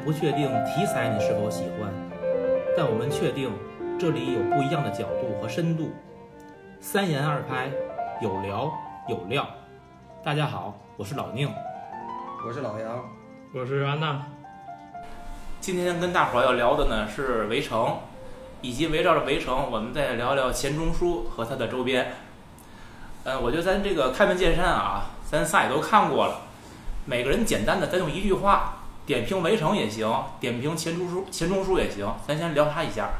不确定题材你是否喜欢，但我们确定这里有不一样的角度和深度。三言二拍，有聊有料。大家好，我是老宁， 我是老杨， 我是安娜。 今天跟大伙儿要聊的呢是围城，以及围绕着围城，我们再聊聊钱钟书和他的周边。我觉得咱这个开门见山啊，咱仨也都看过了，每个人简单的咱用一句话点评围城也行，点评钱钟书也行，咱先聊他一下。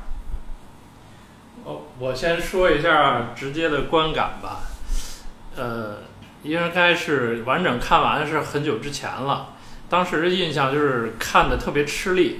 我先说一下直接的观感吧。应该是完整看完是很久之前了，当时的印象就是看的特别吃力，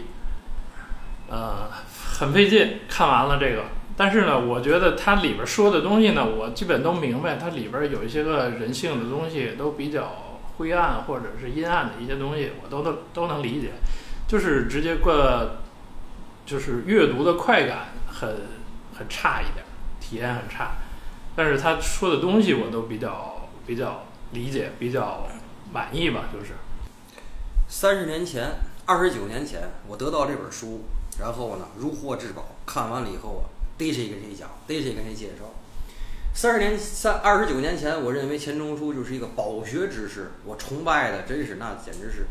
很费劲看完了这个。但是呢，我觉得它里边说的东西呢，我基本都明白。它里边有一些个人性的东西都比较灰暗或者是阴暗的一些东西，我都能理解。就是直接就是阅读的快感很差一点，体验很差。但是他说的东西我都比较理解，比较满意吧。就是 30年前、29年前，我得到这本书，然后呢如获至宝，看完了以后啊，逮谁跟谁讲，逮谁跟谁介绍。29年前，我认为钱钟书就是一个饱学之士，我崇拜的真是那简直是。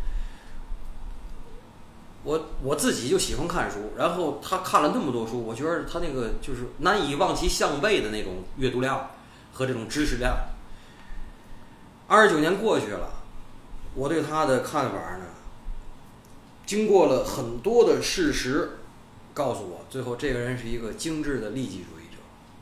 我自己就喜欢看书，然后他看了那么多书，我觉得他那个就是难以望其项背的那种阅读量和这种知识量。29年过去了，我对他的看法呢，经过了很多的事实，告诉我，最后这个人是一个精致的利己主义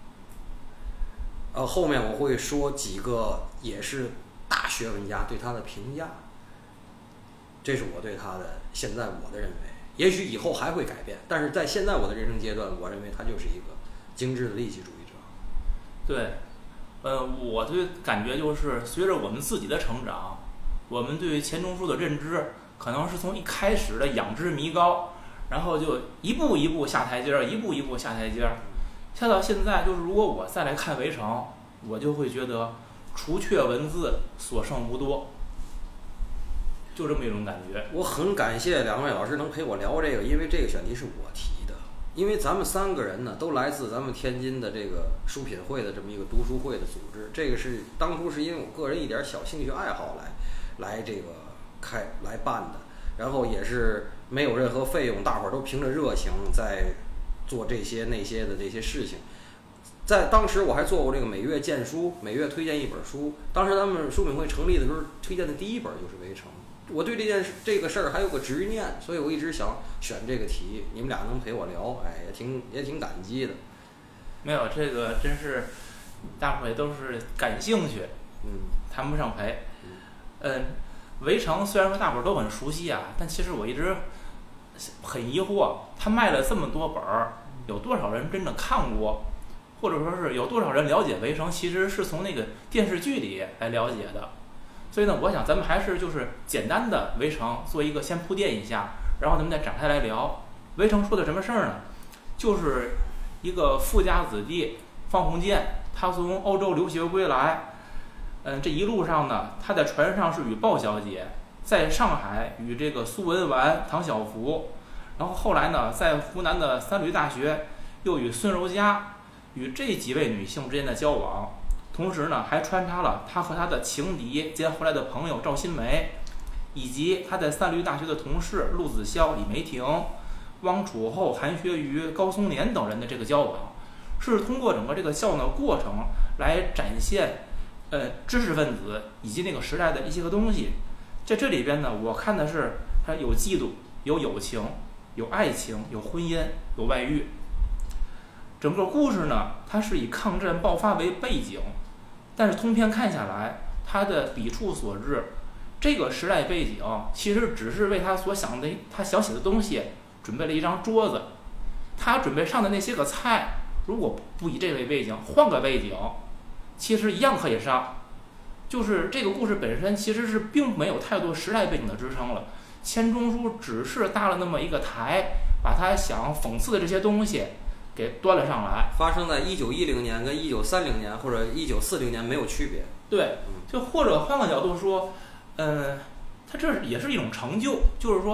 者。后面我会说几个也是大学问家对他的评价。这是我对他的现在我的认为，也许以后还会改变，但是在现在我的人生阶段，我认为他就是一个精致的利己主义者。 对，我的感觉就是随着我们自己的成长，我们对钱钟书的认知可能是从一开始的仰之弥高，然后就一步一步下台阶儿，一步一步下台阶儿，下到现在，就是如果我再来看围城，我就会觉得除却文字，所剩无多。就这么一种感觉。 我很感谢两位老师能陪我聊这个，因为这个选题是我提的。因为咱们3个人呢，都来自咱们天津的这个书品会的这么一个读书会的组织。这个是当初是因为我个人一点小兴趣爱好来这个来办的，然后也是没有任何费用，大伙儿都凭着热情在做这些那些的这些事情。在当时我还做过这个每月荐书，每月推荐一本书。当时咱们书品会成立的时候，推荐的第一本就是《围城》。我对这个事儿还有个执念，所以我一直想选这个题。你们俩能陪我聊，也挺感激的。 没有这个真是，大伙也都是感兴趣，谈不上陪。围城虽然说大伙都很熟悉啊，但其实我一直很疑惑，他卖了这么多本儿，有多少人真的看过，或者说是有多少人了解围城，其实是从那个电视剧里来了解的。所以呢，我想咱们还是就是简单的围城做一个先铺垫一下，然后咱们再展开来聊。围城说的什么事儿呢？就是一个富家子弟方鸿渐，他从欧洲留学归来，这一路上呢，他在船上是与鲍小姐，在上海与这个苏文纨、唐晓芙，然后后来呢，在湖南的三旅大学又与孙柔嘉与这几位女性之间的交往。同时呢，还穿插了他和他的情敌兼后来的朋友赵新梅，以及他在三旅大学的同事陆子潇、李梅婷、汪楚厚、韩学瑜、高松年等人的这个交往，是通过整个这个交往的过程来展现知识分子以及那个时代的一些个东西。在这里边呢，我看的是它有嫉妒、有友情、有爱情、有婚姻、有外遇。整个故事呢，它是以抗战爆发为背景，但是通篇看下来，他的笔触所致，这个时代背景其实只是为他想写的东西准备了一张桌子，他准备上的那些个菜，如果不以这为背景，换个背景，其实一样可以上。就是这个故事本身其实是并没有太多时代背景的支撑了，钱钟书只是搭了那么一个台，把他想讽刺的这些东西给端了上来。 发生在1910年跟1930年或者1940年没有区别。 对，就或者换个角度说，它这也是一种成就，就是说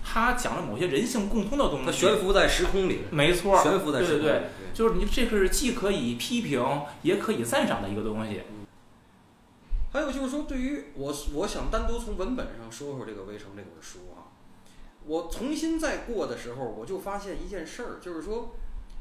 它讲了某些人性共通的东西， 它悬浮在时空里， 没错， 悬浮在时空里， 对，就是你这是既可以批评也可以赞赏的一个东西。 还有就是说，对于我想单独从文本上说说这个《围城》这本书啊，我重新再过的时候，我就发现一件事儿，就是说，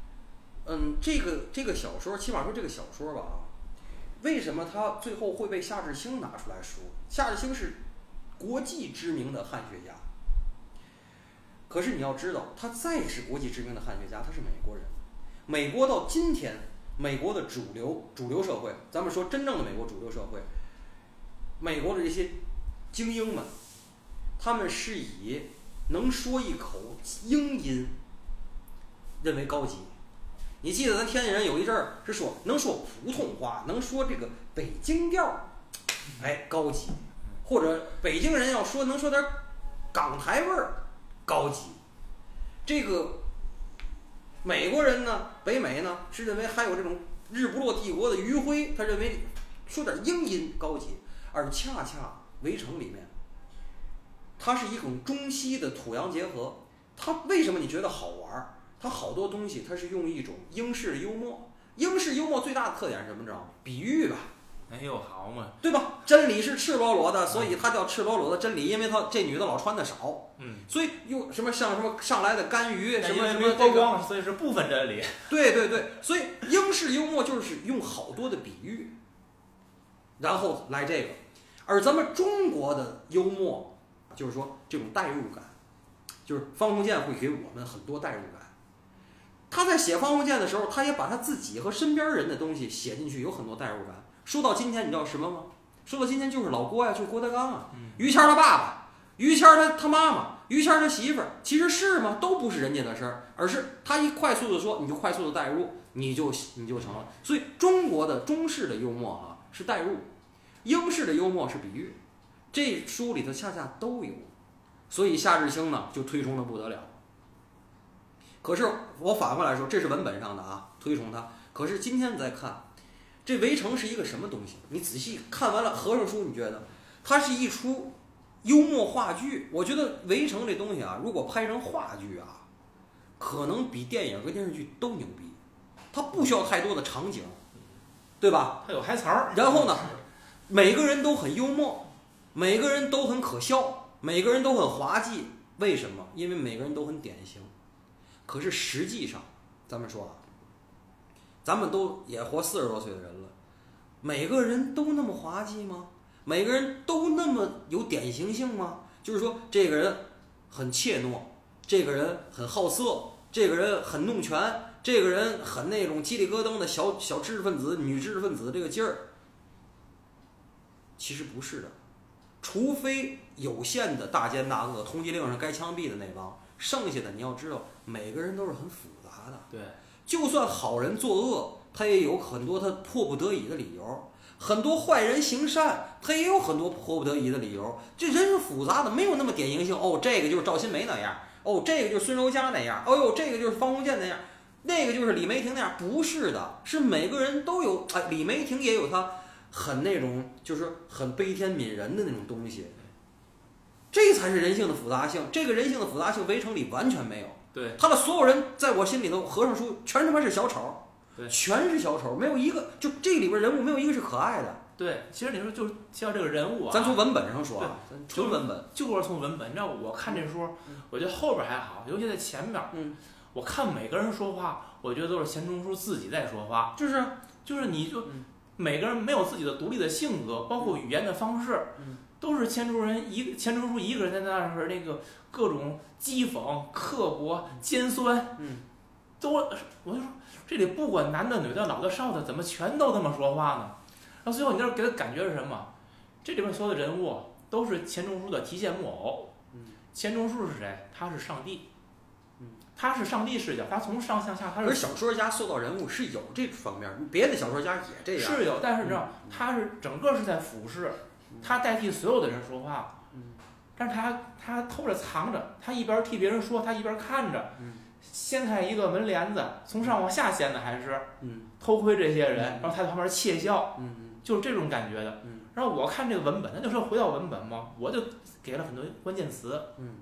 这个小说，起码说这个小说吧，为什么它最后会被夏志清拿出来说？夏志清是国际知名的汉学家，可是你要知道，他再是国际知名的汉学家，他是美国人。美国到今天，美国的主流社会，咱们说真正的美国主流社会，美国的这些精英们，他们是以能说一口英音认为高级。你记得咱天津人有一阵儿是说能说普通话，能说这个北京调，哎，高级；或者北京人要说能说点港台味儿，高级。这个美国人呢，北美呢是认为还有这种日不落帝国的余晖，他认为说点英音高级，而恰恰围城里面，它是一种中西的土洋结合。它为什么你觉得好玩？它好多东西它是用一种英式幽默。英式幽默最大的特点是什么？知道吗？比喻吧。 哎呦，好嘛， 对吧？真理是赤裸裸的，所以它叫赤裸裸的真理，因为它这女的老穿的少，所以又什么像什么上来的干鱼，什么曝光，所以是部分真理。 对，所以英式幽默就是用好多的比喻，然后来这个，而咱们中国的幽默就是说这种代入感，就是方鸿渐会给我们很多代入感。他在写方鸿渐的时候，他也把他自己和身边人的东西写进去，有很多代入感。说到今天，你知道什么吗？说到今天就是老郭呀，就是郭德纲啊，于谦他爸爸，于谦他妈妈，于谦他媳妇儿，其实是吗？都不是人家的事儿，而是他一快速的说，你就快速的代入，你就成了。所以中国的中式的幽默啊是代入，英式的幽默是比喻，这书里头恰恰都有，所以夏志清呢就推崇的不得了。可是我反过来说，这是文本上的啊，推崇他。可是今天再看，这围城是一个什么东西？你仔细看完了和尚书，你觉得它是一出幽默话剧？我觉得围城这东西啊，如果拍成话剧啊，可能比电影和电视剧都牛逼。它不需要太多的场景，对吧？ 它有台词儿。 然后呢，每个人都很幽默，每个人都很可笑，每个人都很滑稽。为什么？因为每个人都很典型。可是实际上，咱们说啊，咱们都也活40多岁的人了，每个人都那么滑稽吗？每个人都那么有典型性吗？就是说，这个人很怯懦，这个人很好色，这个人很弄权，这个人很那种叽里咯噔的小知识分子、女知识分子这个劲儿，其实不是的。除非有限的大奸大恶，通缉令上该枪毙的那帮，剩下的你要知道，每个人都是很复杂的。 对， 就算好人作恶，他也有很多他迫不得已的理由；很多坏人行善，他也有很多迫不得已的理由。这人是复杂的，没有那么典型性。哦，这个就是赵新梅那样，哦，这个就是孙柔嘉那样，哦呦，这个就是方鸿渐那样，那个就是李梅婷那样。不是的，是每个人都有。哎，李梅婷也有他很那种，就是很悲天悯人的那种东西。这才是人性的复杂性。这个人性的复杂性，围城里完全没有。 对， 他的所有人在我心里头，和尚书全他妈是小丑， 对， 全是小丑，没有一个，就这里边人物没有一个是可爱的。 对，其实你说就是像这个人物啊， 咱从文本上说啊，纯文本， 就是从文本。你知道我看这书，我觉得后边还好，尤其在前面，我看每个人说话，我觉得都是钱钟书自己在说话，就是你就每个人没有自己的独立的性格，包括语言的方式，都是钱钟书一个人在那儿那个各种讥讽、刻薄、尖酸，都我就说这里不管男的、女的、老的、少的，怎么全都这么说话呢？然后最后你这给他感觉是什么？这里边所有的人物都是钱钟书的提线木偶。钱钟书是谁？他是上帝。他是上帝视角，他从上向下，他是。 而小说家塑造人物是有这方面，别的小说家也这样。 是有，但是你知道，他是整个是在俯视，他代替所有的人说话。但是他偷着藏着，他一边替别人说，他一边看着。掀开一个门帘子，从上往下掀的还是偷窥这些人，然后他在旁边窃笑，就是这种感觉的。然后我看这个文本，那就是回到文本嘛，我就给了很多关键词。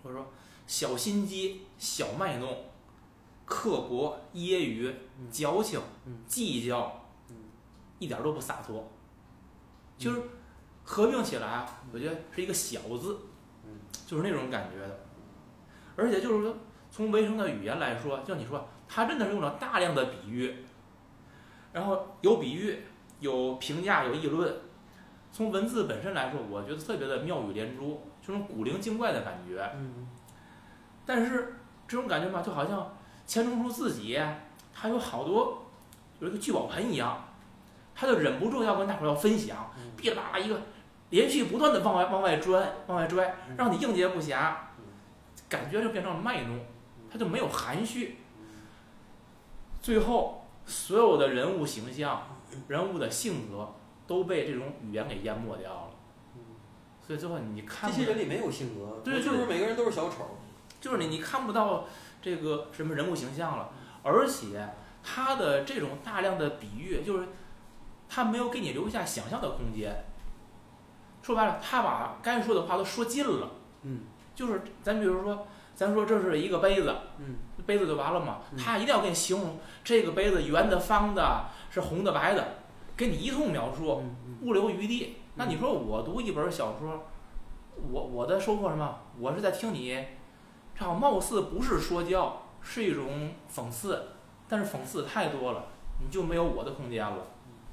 或者说小心机、小卖弄、刻薄、揶揄、矫情、计较，一点都不洒脱，就是合并起来，我觉得是一个小字，就是那种感觉的。而且就是说，从维生的语言来说，就你说，他真的是用了大量的比喻，然后有比喻，有评价，有议论。从文字本身来说，我觉得特别的妙语连珠，这种古灵精怪的感觉。但是这种感觉吧，就好像钱钟书自己，他有好多有一个聚宝盆一样，他就忍不住要跟大伙要分享，噼里啪啦一个连续不断的往外拽，让你应接不暇，感觉就变成了卖弄，他就没有含蓄。最后，所有的人物形象、人物的性格都被这种语言给淹没掉了。所以最后你看这些人里没有性格， 对， 就是每个人都是小丑， 就是你看不到这个什么人物形象了，而且他的这种大量的比喻，就是他没有给你留下想象的空间。说白了，他把该说的话都说尽了。就是咱比如说，咱说这是一个杯子，杯子就完了嘛。他一定要给你形容这个杯子圆的、方的，是红的、白的，给你一通描述，不留余地。那你说我读一本小说，我的收获什么？我是在听你，这好貌似不是说教，是一种讽刺，但是讽刺太多了，你就没有我的空间了。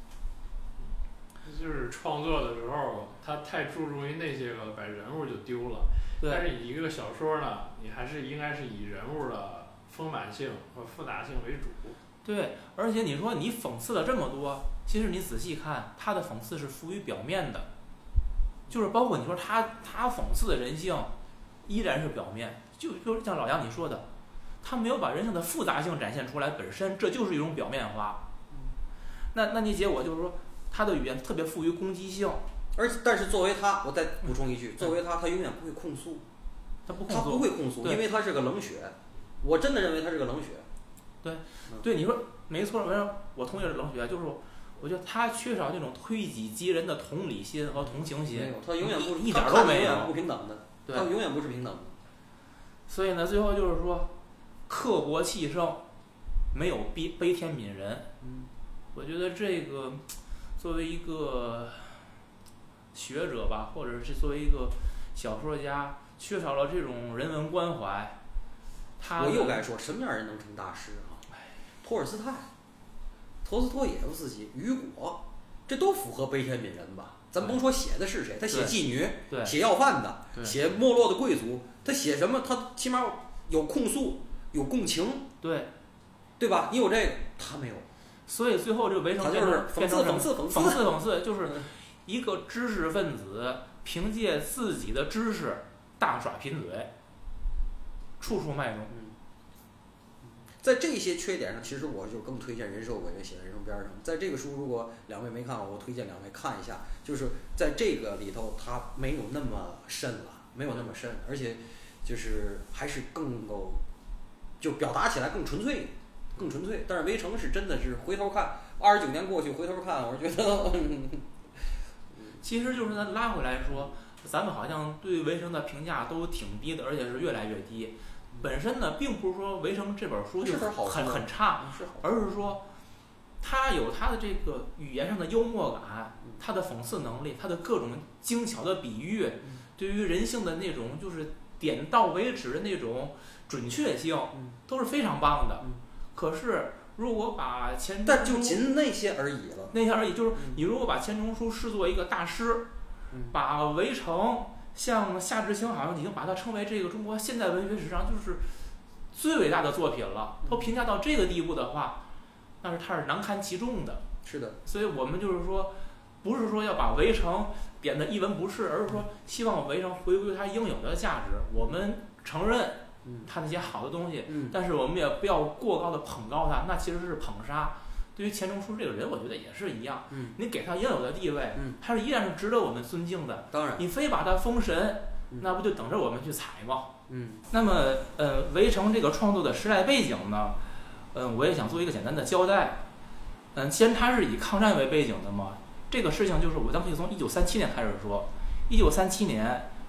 就是创作的时候，他太注重于那些个，把人物就丢了。但是一个小说呢，你还是应该是以人物的丰满性和复杂性为主。 对，而且你说你讽刺了这么多，其实你仔细看，他的讽刺是浮于表面的，就是包括你说他讽刺的人性，依然是表面，就是像老杨你说的，他没有把人性的复杂性展现出来，本身这就是一种表面化。那你结果就是说，他的语言特别富于攻击性。 但是作为他，我再补充一句，作为他永远不会控诉，他不会控诉，因为他是个冷血。我真的认为他是个冷血。 对，你说没错，我同意是冷血，就是我觉得他缺少那种推己及人的同理心和同情心。 没有，他永远不一点都没有， 不平等的，他永远不是平等的。 所以呢，最后就是说，刻薄气盛，没有悲天悯人。我觉得这个作为一个学者吧，或者是作为一个小说家，缺少了这种人文关怀。 我又该说，什么样人能成大师啊？托尔斯泰、陀思妥耶夫斯基、雨果，这都符合悲天悯人吧？咱甭说写的是谁，他写妓女，写要饭的，写没落的贵族，他写什么？他起码有控诉，有共情，对吧？你有这个，他没有。 所以最后这个围城变成讽刺，就是一个知识分子凭借自己的知识大耍贫嘴，处处卖弄。 在这些缺点上，其实我就更推荐任寿伟写的《人生边上》。在这个书，如果两位没看过，我推荐两位看一下。就是在这个里头，它没有那么深了，没有那么深，而且就是还是更够，就表达起来更纯粹。但是《围城》是真的是回头看，29年过去回头看，我觉得， 其实就是咱拉回来说，咱们好像对《围城》的评价都挺低的，而且是越来越低。本身呢，并不是说《围城》这本书就很差，而是说它有它的这个语言上的幽默感，它的讽刺能力，它的各种精巧的比喻，对于人性的那种就是点到为止的那种准确性，都是非常棒的。可是如果把钱钟书， 但就仅那些而已了。 就是你如果把钱钟书视作一个大师，把《围城》像夏志清好像已经把它称为这个中国现代文学史上就是最伟大的作品了，都评价到这个地步的话，那是他是难堪其重的。 是的， 所以我们就是说，不是说要把《围城》贬得一文不值，而是说希望《围城》回归它应有的价值。我们承认它那些好的东西，但是我们也不要过高的捧高它，那其实是捧杀。对于钱钟书这个人，我觉得也是一样。你给他应有的地位，他是依然是值得我们尊敬的。 当然， 你非把他封神，那不就等着我们去踩吗？那么围城这个创作的时代背景呢，我也想做一个简单的交代。既然它是以抗战为背景的嘛，这个事情就是咱们可以从1937年开始说。1937年，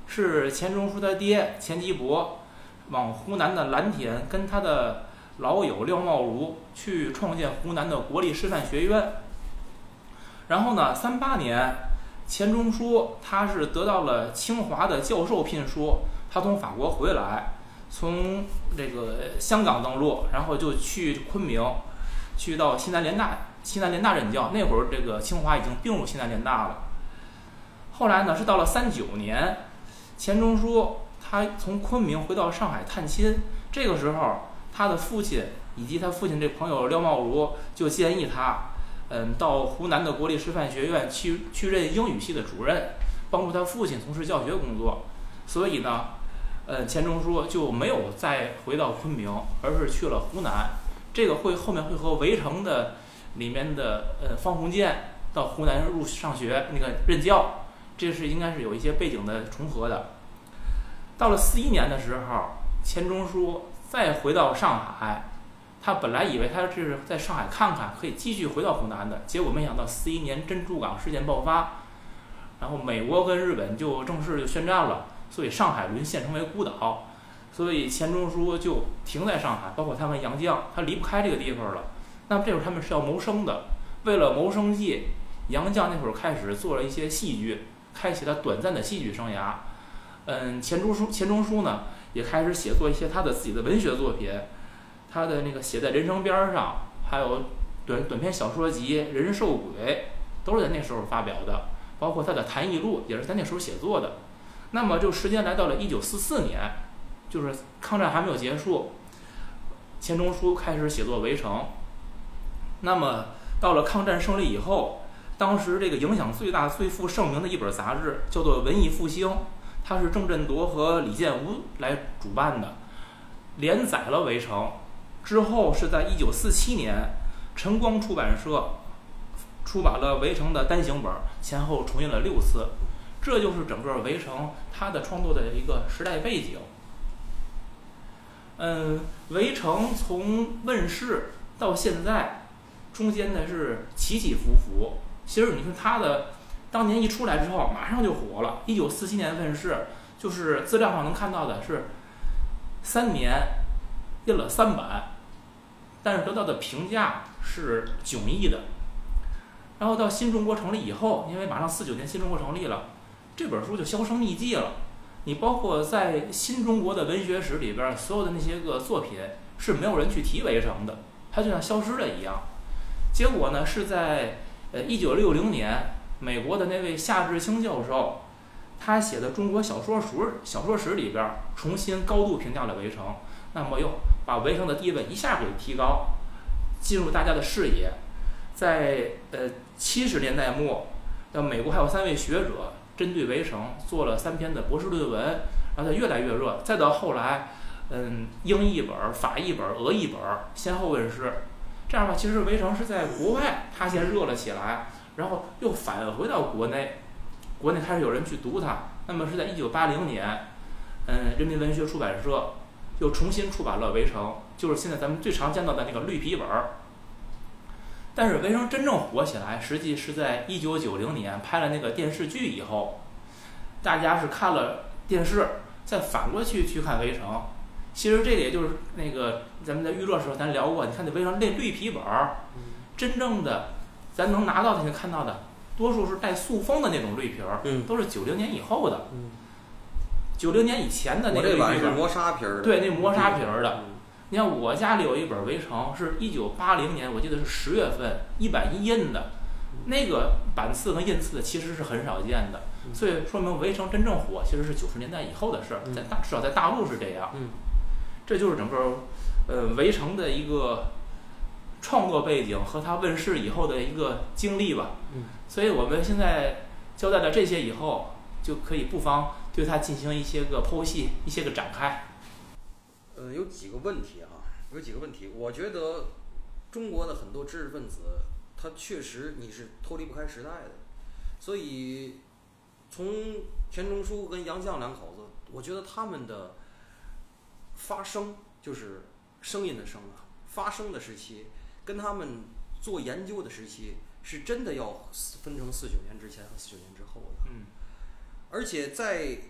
是钱钟书的爹钱基博往湖南的蓝田跟他的老友廖茂儒去创建湖南的国立师范学院。然后呢，38年，钱钟书他是得到了清华的教授聘书，他从法国回来，从这个香港登陆，然后就去昆明，去到西南联大任教。那会儿这个清华已经并入西南联大了。后来呢，是到了39年，钱钟书他从昆明回到上海探亲，这个时候他的父亲以及他父亲这朋友廖茂儒就建议他，到湖南的国立师范学院去任英语系的主任，帮助他父亲从事教学工作。所以呢，钱钟书就没有再回到昆明，而是去了湖南。这个后面会和《围城》的里面的方鸿渐到湖南上学那个任教，这是应该是有一些背景的重合的。到了41年的时候，钱钟书再回到上海，他本来以为他这是在上海看看，可以继续回到湖南的，结果没想到41年珍珠港事件爆发，然后美国跟日本就正式就宣战了，所以上海沦陷成为孤岛，所以钱钟书就停在上海，包括他跟杨绛，他离不开这个地方了。那么这会儿他们是要谋生的，为了谋生计，杨绛那会儿开始做了一些戏剧，开启了短暂的戏剧生涯。钱钟书呢也开始写作一些他的自己的文学作品，他的那个写在人生边上，还有短篇小说集《人兽鬼》都是在那时候发表的，包括他的《谈艺录》也是在那时候写作的。那么就时间来到了1944年，就是抗战还没有结束，钱钟书开始写作《围城》。那么到了抗战胜利以后，当时这个影响最大最负盛名的一本杂志叫做《文艺复兴》，它是郑振铎和李建吾来主办的，连载了《围城》。之后是在1947年，晨光出版社出版了《围城》的单行本，前后重印了6次。这就是整个《围城》它的创作的一个时代背景。《围城》从问世到现在，中间呢是起起伏伏。其实你看它的当年一出来之后，马上就火了。1947年问世，就是资料上能看到的是3年印了3版，但是得到的评价是迥异的。然后到新中国成立以后，因为马上49年新中国成立了，这本书就销声匿迹了。你包括在新中国的文学史里边，所有的那些个作品是没有人去提围城的，它就像消失了一样。结果呢，是在1960年，美国的那位夏志清教授，他写的《中国小说史》里边重新高度评价了围城，那么又把围城的地位一下给提高，进入大家的视野。在70年代末，美国还有3位学者针对围城做了3篇的博士论文，然后它越来越热。再到后来，英译本、法译本、俄译本先后问世。这样吧，其实围城是在国外它先热了起来，然后又返回到国内，国内开始有人去读它。那么是在1980年，人民文学出版社又重新出版了围城，就是现在咱们最常见到的那个绿皮本。但是围城真正火起来，实际是在1990年拍了那个电视剧以后，大家是看了电视，再反过去看围城。其实这个也就是那个咱们在预热的时候咱聊过，你看那围城那绿皮本，真正的咱能拿到的、能看到的，多数是带塑封的那种绿皮儿，都是90年以后的。90年以前的那个绿皮本， 我这版是磨砂皮儿的。 对，那磨砂皮儿的。你看我家里有一本《围城》，是1980年，我记得是10月份1版1印的，那个版次和印次其实是很少见的，所以说明《围城》真正火其实是90年代以后的事儿，至少在大陆是这样。这就是整个《围城》的一个创作背景和它问世以后的一个经历吧。所以我们现在交代了这些以后，就可以不妨对它进行一些个剖析，一些个展开。 有几个问题啊，我觉得中国的很多知识分子，他确实你是脱离不开时代的，所以从钱钟书跟杨绛两口子，我觉得他们的发声就是声音的声啊，发声的时期跟他们做研究的时期是真的要分成49年之前和49年之后的。而且在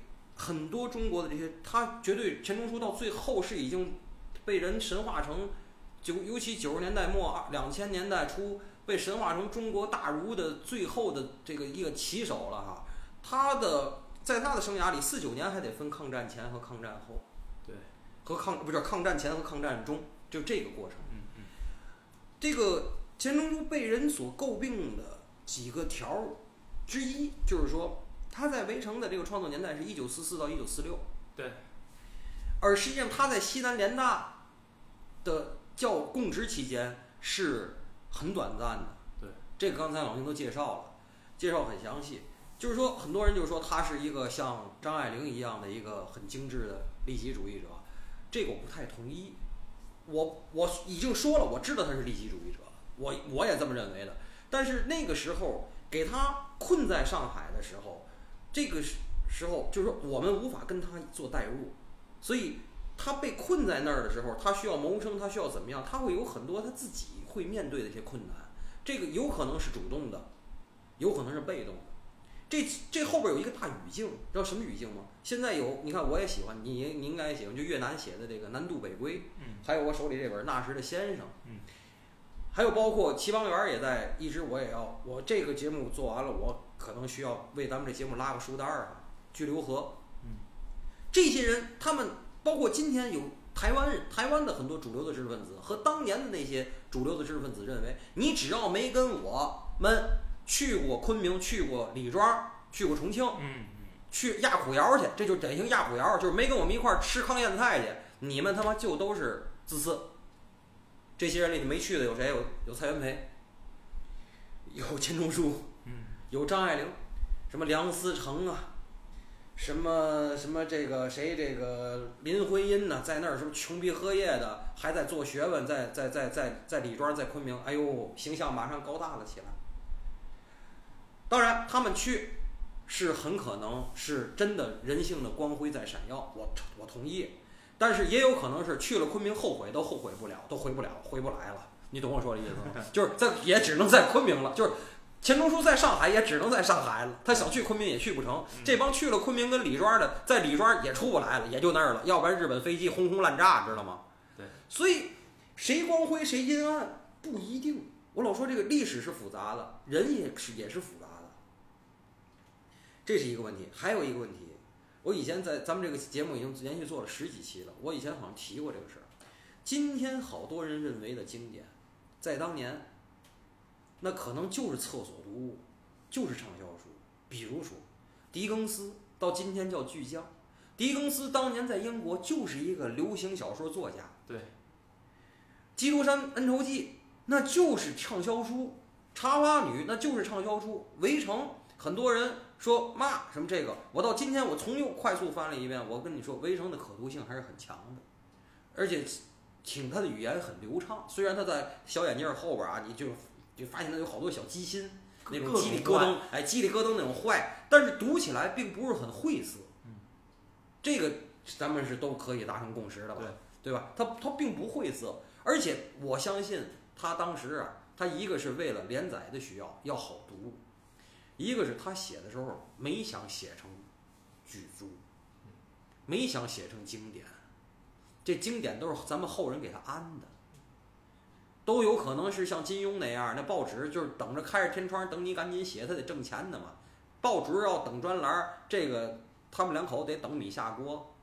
很多中国的这些，他绝对钱钟书到最后是已经被人神化成尤其90年代末2000年代初被神化成中国大儒的最后的这个一个旗手了哈。在他的生涯里，49年还得分抗战前和抗战后， 对， 和抗战前和抗战中，就这个过程。这个钱钟书被人所诟病的几个条之一，就是说他在围城的这个创作年代是1944到1946， 对， 而实际上他在西南联大的供职期间是很短暂的。 对，这个刚才老邢都介绍了，介绍很详细。就是说，很多人就说他是一个像张爱玲一样的一个很精致的利己主义者，这个我不太同意。我已经说了，我知道他是利己主义者，我也这么认为的。但是那个时候给他困在上海的时候，这个时候就是说我们无法跟他做代入，所以他被困在那儿的时候，他需要谋生，他需要怎么样，他会有很多他自己会面对的一些困难。这个有可能是主动的，有可能是被动的。这后边有一个大语境，知道什么语境吗？现在你看我也喜欢，你应该也喜欢，就越南写的这个《南渡北归》，还有我手里这本《那时的先生》，还有包括齐邦媛也在，一直我这个节目做完了，我可能需要为咱们这节目拉个书单啊，居留河，这些人他们包括今天有台湾的很多主流的知识分子和当年的那些主流的知识分子认为，你只要没跟我们去过昆明，去过李庄，去过重庆，去压苦窑去，这就是典型压苦窑，就是没跟我们一块儿吃糠咽菜去，你们他妈就都是自私。这些人里没去的有谁？有蔡元培，有钱钟书，有张爱玲，什么梁思成啊，什么这个谁这个林徽因呢，在那儿什么穷逼喝夜的，还在做学问，在李庄，在昆明，哎呦，形象马上高大了起来。当然，他们去是很可能是真的人性的光辉在闪耀，我同意。但是也有可能是去了昆明后悔都后悔不了，都回不来了。你懂我说的意思吗？就是也只能在昆明了。就是钱钟书在上海也只能在上海了，他想去昆明也去不成。这帮去了昆明跟李庄的，在李庄也出不来了，也就那儿了。要不然日本飞机轰轰滥炸，知道吗？ 对。所以谁光辉谁阴暗不一定。我老说这个历史是复杂的，人也是复杂的，这是一个问题。还有一个问题，我以前在咱们这个节目已经连续做了10几期了，我以前好像提过这个事儿。今天好多人认为的经典，在当年那可能就是厕所读物，就是畅销书。比如说狄更斯，到今天叫巨匠。狄更斯当年在英国就是一个流行小说作家， 对， 基督山恩仇记那就是畅销书，茶花女那就是畅销书，围城很多人说骂什么这个，我到今天我重又快速翻了一遍，我跟你说围城的可读性还是很强的，而且听他的语言很流畅，虽然他在小眼镜后边啊，你就发现他有好多小鸡心，那种叽里咯噔，叽里咯噔那种坏，但是读起来并不是很晦涩，这个咱们是都可以达成共识的吧？对吧？他并不晦涩，而且我相信他当时啊，他一个是为了连载的需要好读，一个是他写的时候没想写成巨著，没想写成经典，这经典都是咱们后人给他安的，都有可能是像金庸那样，那报纸就是等着开着天窗等你赶紧写，他得挣钱的嘛。报纸要等专栏，这个他们两口得等米下锅，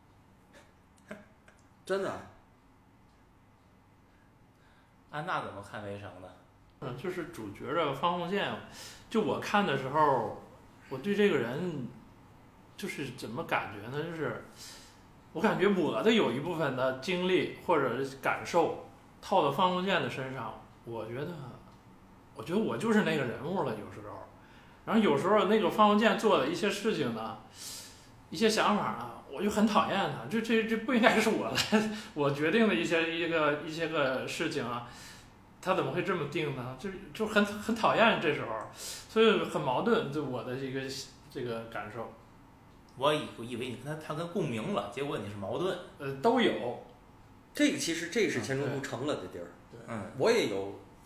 真的。 安娜怎么看围城的？ 就是主角的方鸿渐，就我看的时候，我对这个人就是怎么感觉呢？就是我感觉我的有一部分的经历或者感受套到方鸿渐的身上，我觉得我就是那个人物了，有时候。然后有时候那个方鸿渐做的一些事情呢，一些想法呢，我就很讨厌他。这不应该是我决定的一些个事情啊，他怎么会这么定呢？就很讨厌这时候，所以很矛盾，就我的这个感受。 我以为你跟他跟共鸣了，结果你是矛盾。 都有。 这个其实这是钱钟书成了的地儿。 对， 我也有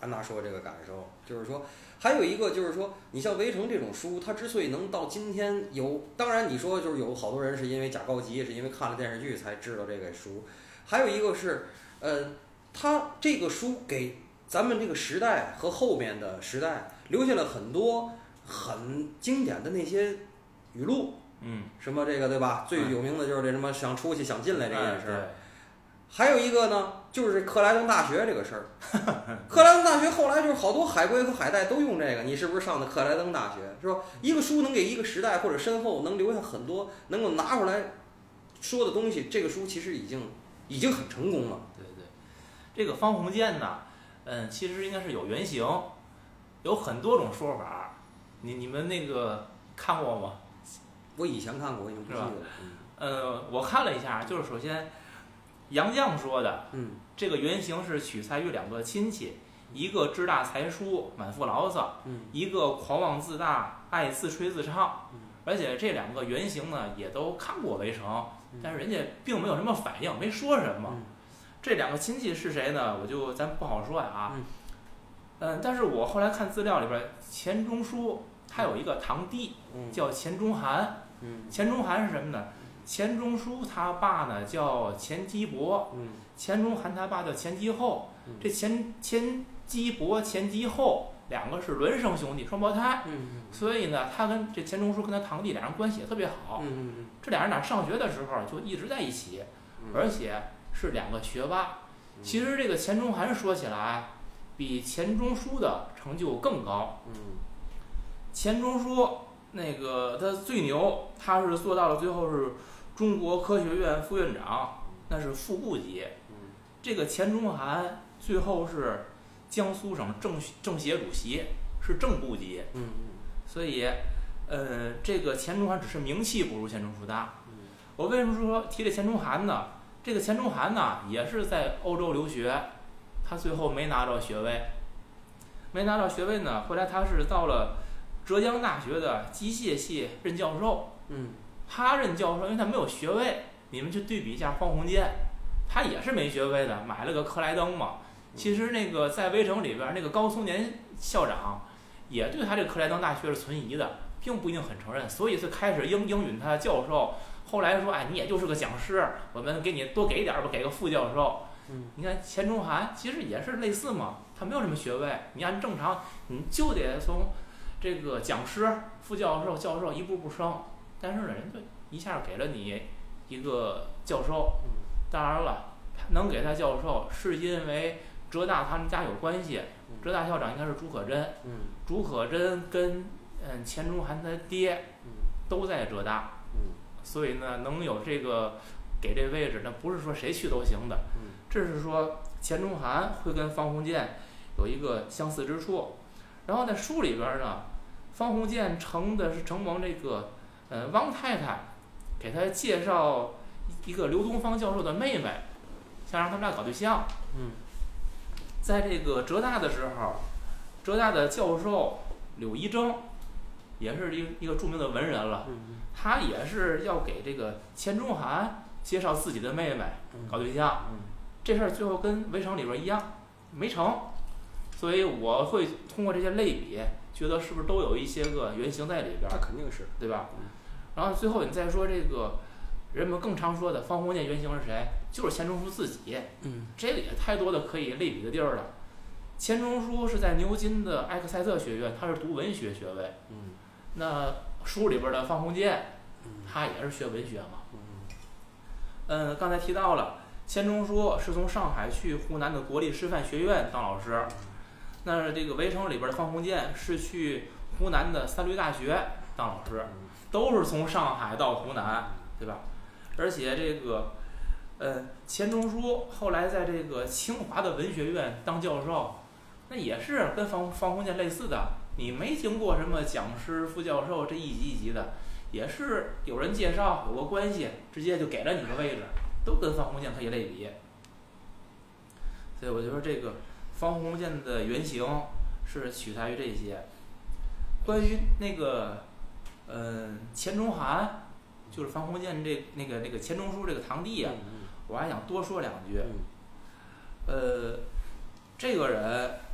安娜说这个感受，就是说，还有一个就是说，你像《围城》这种书，它之所以能到今天有，当然你说就是有好多人是因为贾高级，是因为看了电视剧才知道这个书，还有一个是，它这个书给咱们这个时代和后面的时代留下了很多很经典的那些语录，什么这个对吧？最有名的就是这什么想出去想进来这件事儿。还有一个呢，就是克莱登大学这个事儿。克莱登大学后来就是好多海归和海带都用这个，你是不是上的克莱登大学？是吧？一个书能给一个时代或者身后能留下很多能够拿出来说的东西，这个书其实已经很成功了。 对对，这个方鸿渐呢，其实应该是有原型，有很多种说法。你们那个看过吗？ 我以前看过，我已经不记得了。 我看了一下，就是首先。杨绛说的，这个原型是取材于两个亲戚，一个志大才疏，满腹牢骚，一个狂妄自大，爱自吹自唱。而且这两个原型呢，也都看过《围城》，但是人家并没有什么反应，没说什么。这两个亲戚是谁呢？咱不好说呀。但是我后来看资料里边，钱钟书他有一个堂弟，叫钱钟涵。钱钟涵是什么呢？钱钟书他爸呢叫钱基博，钱钟涵他爸叫钱基厚。这钱基博、钱基厚两个是孪生兄弟，双胞胎。所以呢，他跟这钱钟书跟他堂弟俩人关系也特别好。这俩人哪上学的时候就一直在一起，而且是两个学霸。其实这个钱钟涵说起来，比钱钟书的成就更高。钱钟书那个他最牛，他是做到了最后是中国科学院副院长，那是副部级。这个钱钟涵最后是江苏省政协主席，是正部级。所以，这个钱钟涵只是名气不如钱钟书大。我为什么说提这钱钟涵呢？这个钱钟涵呢，也是在欧洲留学，他最后没拿到学位。没拿到学位呢，后来他是到了浙江大学的机械系任教授。他任教授，因为他没有学位。你们去对比一下方鸿渐，他也是没学位的，买了个克莱登嘛。其实那个在《围城》里边，那个高松年校长也对他这个克莱登大学是存疑的，并不一定很承认，所以是开始应允他教授。后来说，你也就是个讲师，我们给你多给一点吧，给个副教授。你看钱钟涵其实也是类似嘛，他没有什么学位，你按正常你就得从这个讲师、副教授、教授一步步升。但是呢，人家一下给了你一个教授。当然了，能给他教授是因为浙大他们家有关系。浙大校长应该是朱可桢。朱可桢跟钱钟涵他爹都在浙大。所以呢，能有这个给这位置，那不是说谁去都行的。这是说钱钟涵会跟方鸿渐有一个相似之处。然后在书里边呢，方鸿渐承蒙这个汪太太给他介绍一个刘东方教授的妹妹，想让他们俩搞对象。在这个浙大的时候，浙大的教授柳一征也是一个著名的文人了。他也是要给这个钱钟涵介绍自己的妹妹搞对象。这事儿最后跟《围城》里边一样，没成。所以我会通过这些类比，觉得是不是都有一些个原型在里边？ 那肯定是， 对吧？然后最后你再说这个人们更常说的方鸿渐原型是谁？就是钱钟书自己。这个也太多的可以类比的地儿了。钱钟书是在牛津的埃克塞特学院，他是读文学学位。那书里边的方鸿渐，他也是学文学嘛。刚才提到了钱钟书是从上海去湖南的国立师范学院当老师。那这个《围城》里边的方鸿渐是去湖南的三律大学当老师，都是从上海到湖南，对吧？而且这个钱钟书后来在这个清华的文学院当教授，那也是跟方鸿渐类似的，你没经过什么讲师、副教授这一级一级的，也是有人介绍，有个关系，直接就给了你个位置，都跟方鸿渐可以类比。所以我就说这个方鸿渐的原型是取材于这些。关于那个钱钟涵，就是方鸿渐那个钱钟书这个堂弟啊，我还想多说两句。这个人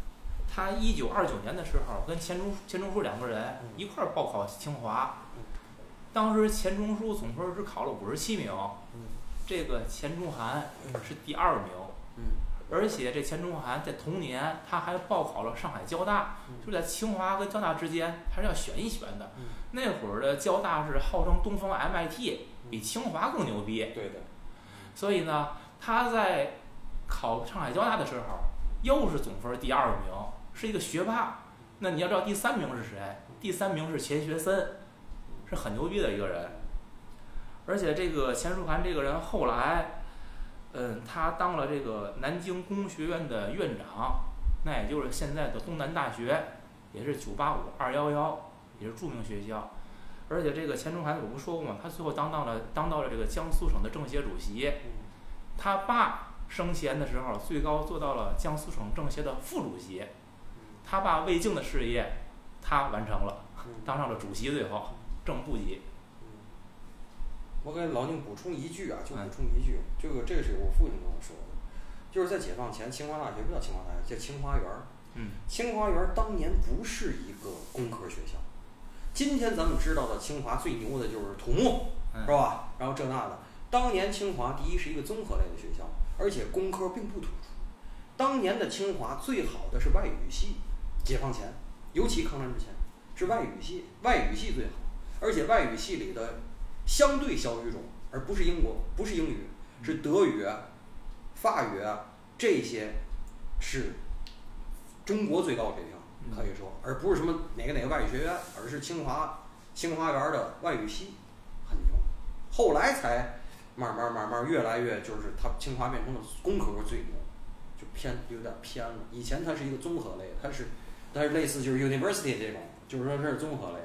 他1929年的时候跟钱钟书两个人一块儿报考清华，当时钱钟书总分只考了57名，这个钱钟涵是第2名。而且这钱钟涵在同年他还报考了上海交大，就在清华跟交大之间还是要选一选的。那会儿的交大是号称东方 MIT， 比清华更牛逼。 对的。 所以呢，他在考上海交大的时候，又是总分第2名，是一个学霸。那你要知道第3名是谁？第3名是钱学森，是很牛逼的一个人。而且这个钱书涵这个人后来。他当了这个南京工学院的院长，那也就是现在的东南大学，也是985、211，也是著名学校。而且这个钱钟涵我不说过吗？他最后当到了这个江苏省的政协主席。他爸生前的时候，最高做到了江苏省政协的副主席。他爸魏晋的事业，他完成了，当上了主席，最后正部级。 我给老宁补充一句啊，就补充一句，这个是我父亲跟我说的，就是在解放前，清华大学不叫清华大学，叫清华园。清华园当年不是一个工科学校。今天咱们知道的清华最牛的就是土木，是吧？然后这那的。当年清华第一是一个综合类的学校，而且工科并不突出。当年的清华最好的是外语系，解放前，尤其抗战之前是外语系最好，而且外语系里的相对小语种，而不是英语，是德语、法语这些是中国最高水平，可以说，而不是什么哪个外语学院，而是清华园的外语系很牛。后来才慢慢越来越，就是它清华变成了工科最牛，就有点偏了。以前它是一个综合类的，它是类似就是 university 这种，就是说它是综合类的。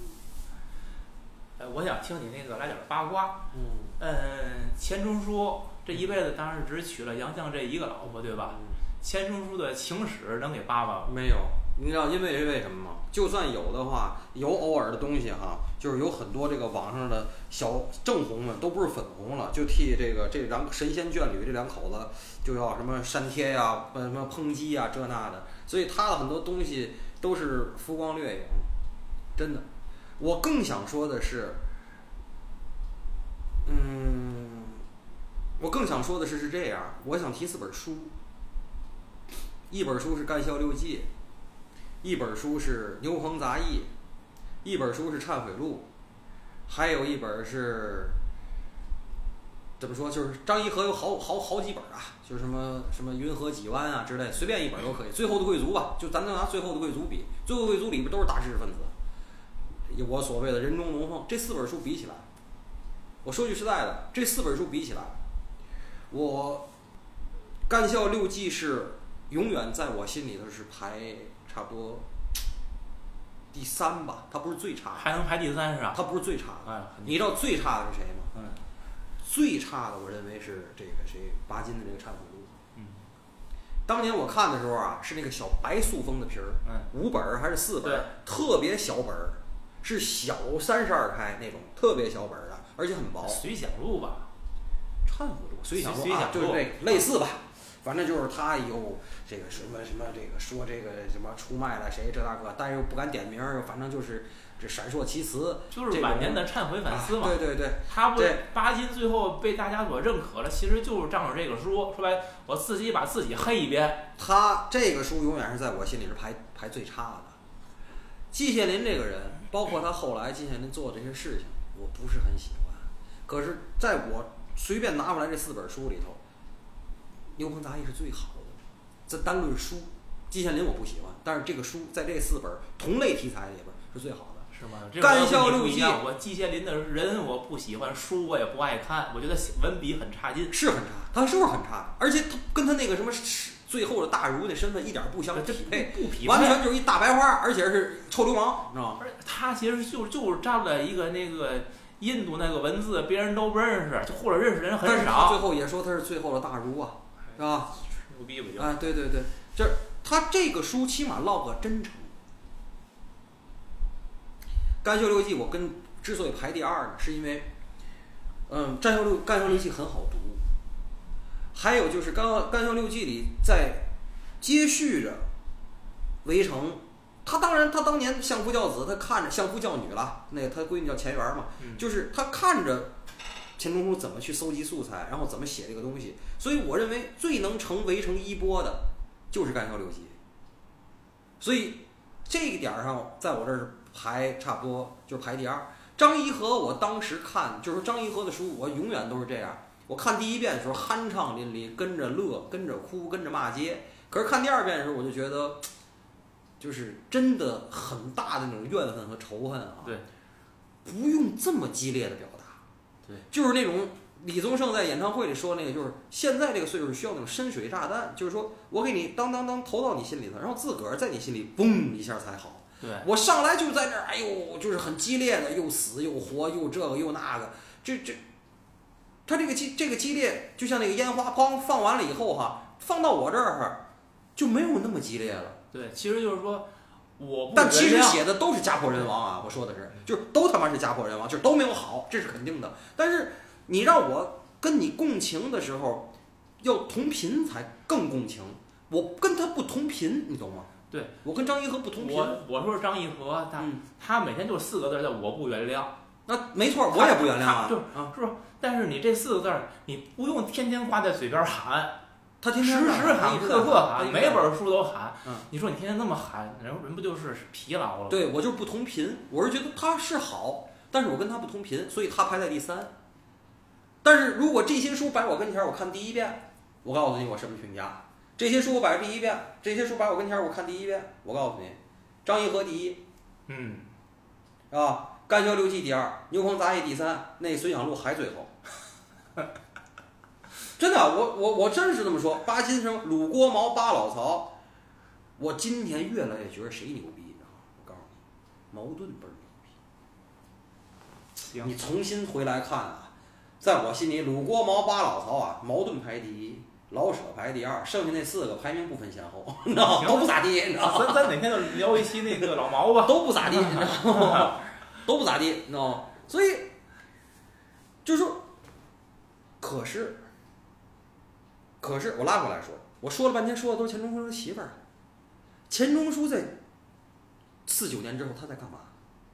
我想听你那个来点八卦。钱钟书这一辈子当然只娶了杨绛这一个老婆，对吧？钱钟书的情史能给扒扒吗？ 没有，你知道因为什么吗？就算有的话，有偶尔的东西哈，就是有很多这个网上的小正红们都不是粉红了，就替这两神仙眷侣这两口子就要什么删帖呀、什么抨击呀这那的，所以他的很多东西都是浮光掠影，真的。我更想说的是，是这样，我想提4本书，一本书是《干校六记》，一本书是《牛棚杂役》，一本书是《忏悔录》，还有一本是怎么说，就是张颐和有好几本啊，就是什么云河几湾啊之类，随便一本都可以。最后的贵族吧，就咱就拿最后的贵族比，最后的贵族里边都是大知识分子。我所谓的人中龙凤，这4本书比起来，我说句实在的，这4本书比起来，我干校六记是永远在我心里头是排差不多第3吧，它不是最差的， 还能排第3是吧？ 它不是最差的。你知道最差的是谁吗？最差的我认为是这个谁巴金的这个忏悔录。当年我看的时候啊，是那个小白塑封的皮儿，5本还是4本，特别小本，是小32开那种，特别小本的，而且很薄。 随想录吧， 忏悔录，随想录啊，就是这个类似吧。反正就是他有这个什么这个说这个什么出卖了谁这那个，但又不敢点名，反正就是这闪烁其词， 就是晚年的忏悔反思嘛。 对， 他不巴金最后被大家所认可了，其实就是仗着这个书，说白我自己把自己黑一遍。 他这个书永远是在我心里是排最差的。季羡林这个人，包括他后来季羡林做的这些事情，我不是很喜欢。可是在我随便拿出来这4本书里头，牛棚杂役是最好的。这单论书，季羡林我不喜欢，但是这个书在这4本同类题材里边是最好的。 是吗？ 干校六记， 我季羡林的人我不喜欢，书我也不爱看，我觉得文笔很差劲。 是很差，他是很差，而且他跟他那个什么最后的大儒那身份一点不相匹配， 不匹配， 完全就是一大白花，而且是臭流氓，你知道吗？ 他其实就是占了一个那个印度那个文字，别人都不认识，就或者认识人很少。但是他最后也说他是最后的大儒啊，是吧？ 牛逼不就？ 哎，对，就是他这个书起码落个真诚。干校六记我之所以排第2呢，是因为，干校六记很好读，还有就是干校六记里在接续着围城，他当年相夫教子，他看着相夫教女了，那个他闺女叫钱媛嘛，就是他看着钱钟书怎么去搜集素材，然后怎么写这个东西，所以我认为最能成围城一波的就是干校六级，所以这一点上在我这儿排差不多就是排第二。张颐和我当时看就是说张颐和的书，我永远都是这样，我看第一遍的时候酣畅淋漓，跟着乐，跟着哭，跟着骂街，可是看第二遍的时候我就觉得就是真的很大的那种怨恨和仇恨啊， 对， 不用这么激烈的表达， 对， 就是那种李宗盛在演唱会里说那个，就是现在这个岁数需要那种深水炸弹，就是说我给你当投到你心里头，然后自个儿在你心里嘣一下才好。 对， 我上来就在那儿，哎呦，就是很激烈的，又死又活，又这个又那个，他这个激烈，就像那个烟花砰放完了以后哈，放到我这儿就没有那么激烈了。 对，其实就是说， 但其实写的都是家破人亡啊！我说的是，就是都他妈是家破人亡，就是都没有好，这是肯定的。但是你让我跟你共情的时候，要同频才更共情。我跟他不同频，你懂吗？ 对， 我跟张颐和不同频。 我说是张颐和，他每天就4个字叫我不原谅。 那没错，我也不原谅啊， 是吧？但是你这4个字，你不用天天挂在嘴边喊。 他天天时喊，刻喊，每本书都喊。 嗯， 你说你天天那么喊，人不就是疲劳了？ 对，我就是不同频，我是觉得他是好，但是我跟他不同频，所以他排在第3。但是如果这些书摆我跟前，我看第一遍，我告诉你我什么评价。这些书我摆第一遍，这些书摆我跟前，我看第一遍，我告诉你，张颐和第一，啊，干校六记第2，牛棚杂役第3，那孙养路还最后。真的，我真是这么说。巴金什么鲁郭毛巴老曹，我今天越来越觉得谁牛逼，你知道吗？我告诉你，茅盾倍儿牛逼。你重新回来看啊，在我心里，鲁郭毛巴老曹啊，茅盾排第1，老舍排第2，剩下那4个排名不分先后，你知道吗？都不咋地，你知道吗？ 咱哪天就聊一期那个老毛吧， 都不咋地，你知道吗？都不咋地，你知道吗？所以就是说，可是我拉回来说，我说了半天说的都是钱钟书的媳妇儿。钱钟书在49年之后他在干嘛？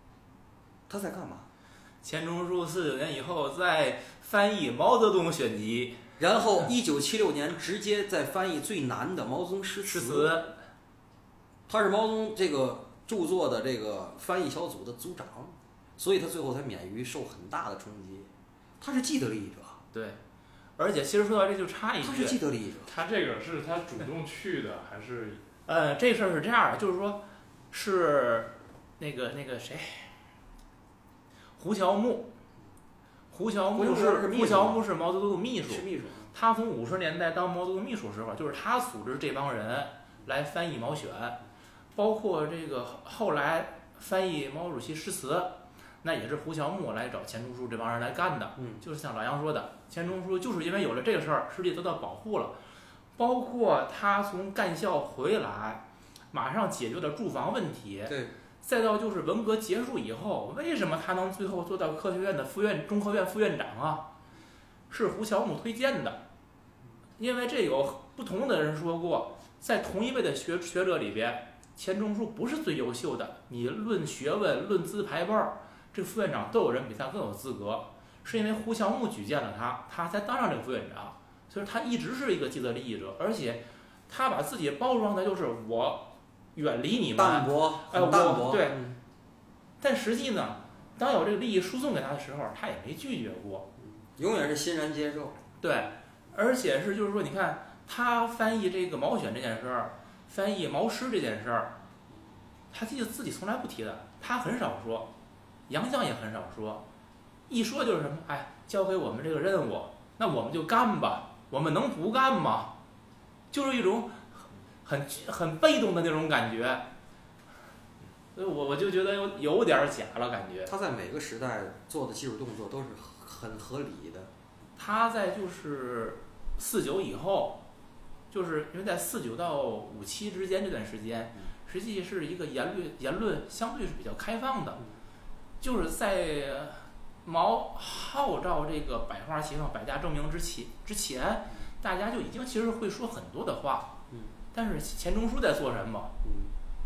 钱钟书49年以后在翻译毛泽东选集， 然后1976年直接在翻译最难的毛泽东诗词。他是毛泽东这个著作的这个翻译小组的组长，所以他最后才免于受很大的冲击。他是既得利益者。 对。而且其实说到这就差一句， 他是既得利益者。 他这个是他主动去的还是？ 这事儿是这样的，就是说，是那个谁，胡乔木是毛泽东的秘书。他从50年代当毛泽东秘书时候，就是他组织这帮人来翻译毛选，包括这个后来翻译毛主席诗词。那也是胡乔木来找钱钟书这帮人来干的，就是像老杨说的，钱钟书就是因为有了这个事儿，实力得到保护了，包括他从干校回来，马上解决了住房问题， 对， 再到就是文革结束以后，为什么他能最后做到科学院的中科院副院长啊？是胡乔木推荐的，因为这有不同的人说过，在同一位的学者里边，钱钟书不是最优秀的，你论学问、论资排辈儿。这个副院长都有人比他更有资格，是因为胡乔木举荐了他，他才当上这个副院长，所以他一直是一个既得利益者，而且他把自己包装的就是我远离你们， 淡薄， 对。但实际呢，当有这个利益输送给他的时候，他也没拒绝过， 永远是欣然接受。 对，而且是就是说，你看他翻译这个毛选这件事儿，翻译毛诗这件事儿，他自己从来不提的，他很少说。杨绛也很少说，一说就是什么，哎，交给我们这个任务，那我们就干吧，我们能不干吗？就是一种很被动的那种感觉，所以我就觉得有点假了，感觉。 他在每个时代做的技术动作都是很合理的。 他在就是49以后，就是因为在49到57之间这段时间，实际是一个言论相对是比较开放的。就是在毛号召这个百花齐放、百家争鸣之前，大家就已经其实会说很多的话。但是钱钟书在做什么？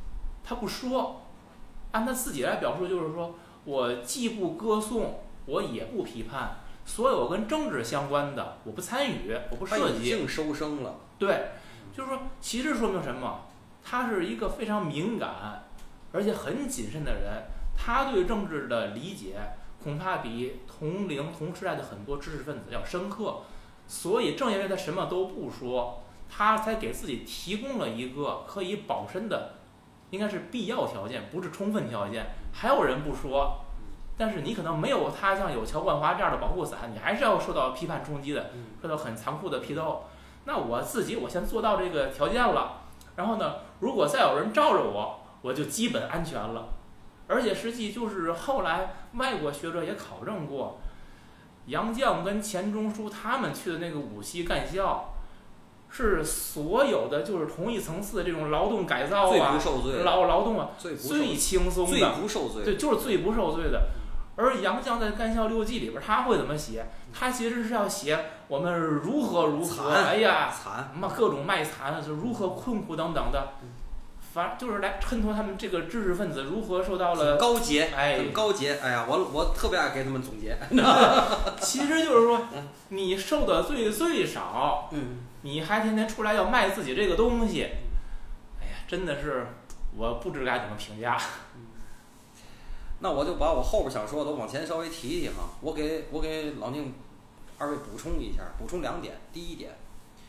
他不说，按他自己来表述，就是说我既不歌颂，我也不批判，所有跟政治相关的我不参与，我不涉及。 已经收声了。 对，就是说，其实说明什么？他是一个非常敏感，而且很谨慎的人。他对政治的理解恐怕比同龄同时代的很多知识分子要深刻。所以正因为他什么都不说，他才给自己提供了一个可以保身的，应该是必要条件，不是充分条件。还有人不说，但是你可能没有他像有乔冠华这样的保护伞，你还是要受到批判冲击的，受到很残酷的批斗。那我先做到这个条件了，然后呢，如果再有人罩着我，我就基本安全了。而且实际就是后来外国学者也考证过，杨绛跟钱钟书他们去的那个五系干校，是所有的就是同一层次的这种劳动改造啊， 最不受罪， 劳动啊，最轻松的， 最不受罪， 对，就是最不受罪的。而杨绛在《干校六记》里边，他会怎么写？他其实是要写我们如何，哎呀， 惨， 各种卖惨，就如何困苦等等的。反正就是来衬托他们这个知识分子如何受到了很高洁， 很高洁。哎呀，我特别爱给他们总结。 其实就是说，你受的罪最少，你还天天出来要卖自己这个东西，哎呀，真的是我不知该怎么评价。 那我就把我后边想说的往前稍微提一提哈，我给老宁二位补充一下，补充2点。第一点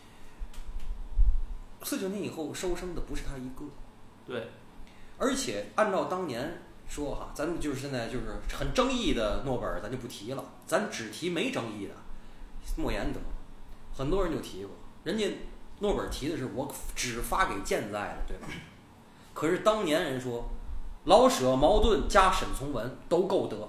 ，49年以后收生的不是他一个。 对， 而且按照当年说哈，咱们就是现在就是很争议的诺贝尔，咱就不提了，咱只提没争议的莫言德，很多人就提过，人家诺贝尔提的是我只发给健在的，对吧？可是当年人说，老舍、茅盾加沈从文都够得，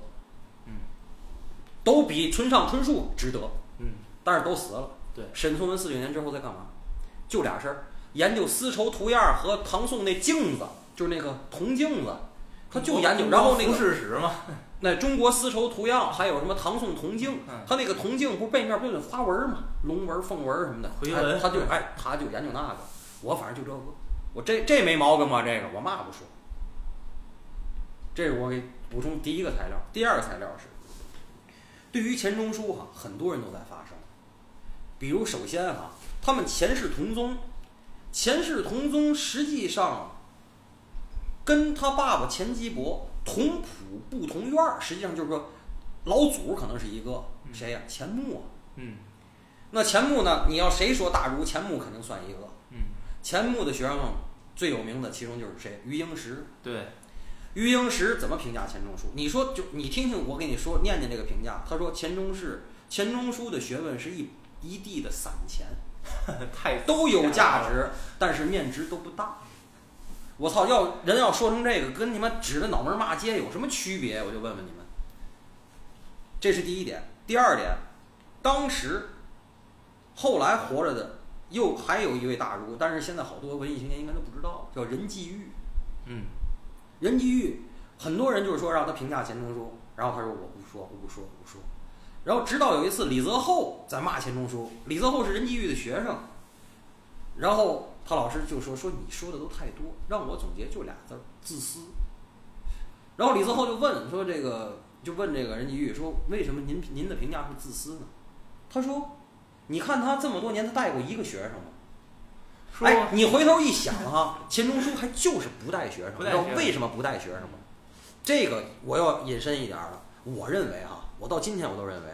都比村上春树值得，但是都死了。 对， 沈从文49年之后在干嘛？就俩事儿。研究丝绸图样和唐宋那镜子，就是那个铜镜子，他就研究。然后那个事实嘛， 那中国丝绸图样，还有什么唐宋铜镜，他那个铜镜不背面不有花纹嘛，龙纹、凤纹什么的， 回纹， 他就研究那个。我反正就这个，我这没毛病吧？这个我嘛不说。这是我给补充第一个材料。第二个材料是，对于钱钟书哈，很多人都在发声。比如首先哈，他们钱氏同宗。钱氏同宗实际上跟他爸爸钱基伯同谱不同院，实际上就是说老祖可能是一个谁呀？钱穆啊。那钱穆呢？你要谁说大儒，钱穆肯定算一个。钱穆的学生最有名的其中就是谁？余英时。 对。 余英时怎么评价钱钟书？你说就你听听，我给你说念念这个评价。他说钱钟书的学问是一地的散钱。都有价值，但是面值都不大。我操，人要说成这个，跟你们指着脑门骂街有什么区别？我就问问你们。这是第一点。第二点，当时后来活着的还有一位大儒，但是现在好多文艺青年应该都不知道，叫任继玉。任继玉，很多人就是说让他评价钱钟书，然后他说我不说。然后直到有一次李泽厚在骂钱钟书，李泽厚是任继玉的学生，然后他老师就说你说的都太多，让我总结就俩字：自私。然后李泽厚就问这个任继玉说，为什么您的评价是自私呢？他说，你看他这么多年，他带过一个学生吗？哎，你回头一想哈，钱钟书还就是不带学生，你知道为什么不带学生吗？这个我要引申一点了，我认为哈。我到今天我都认为，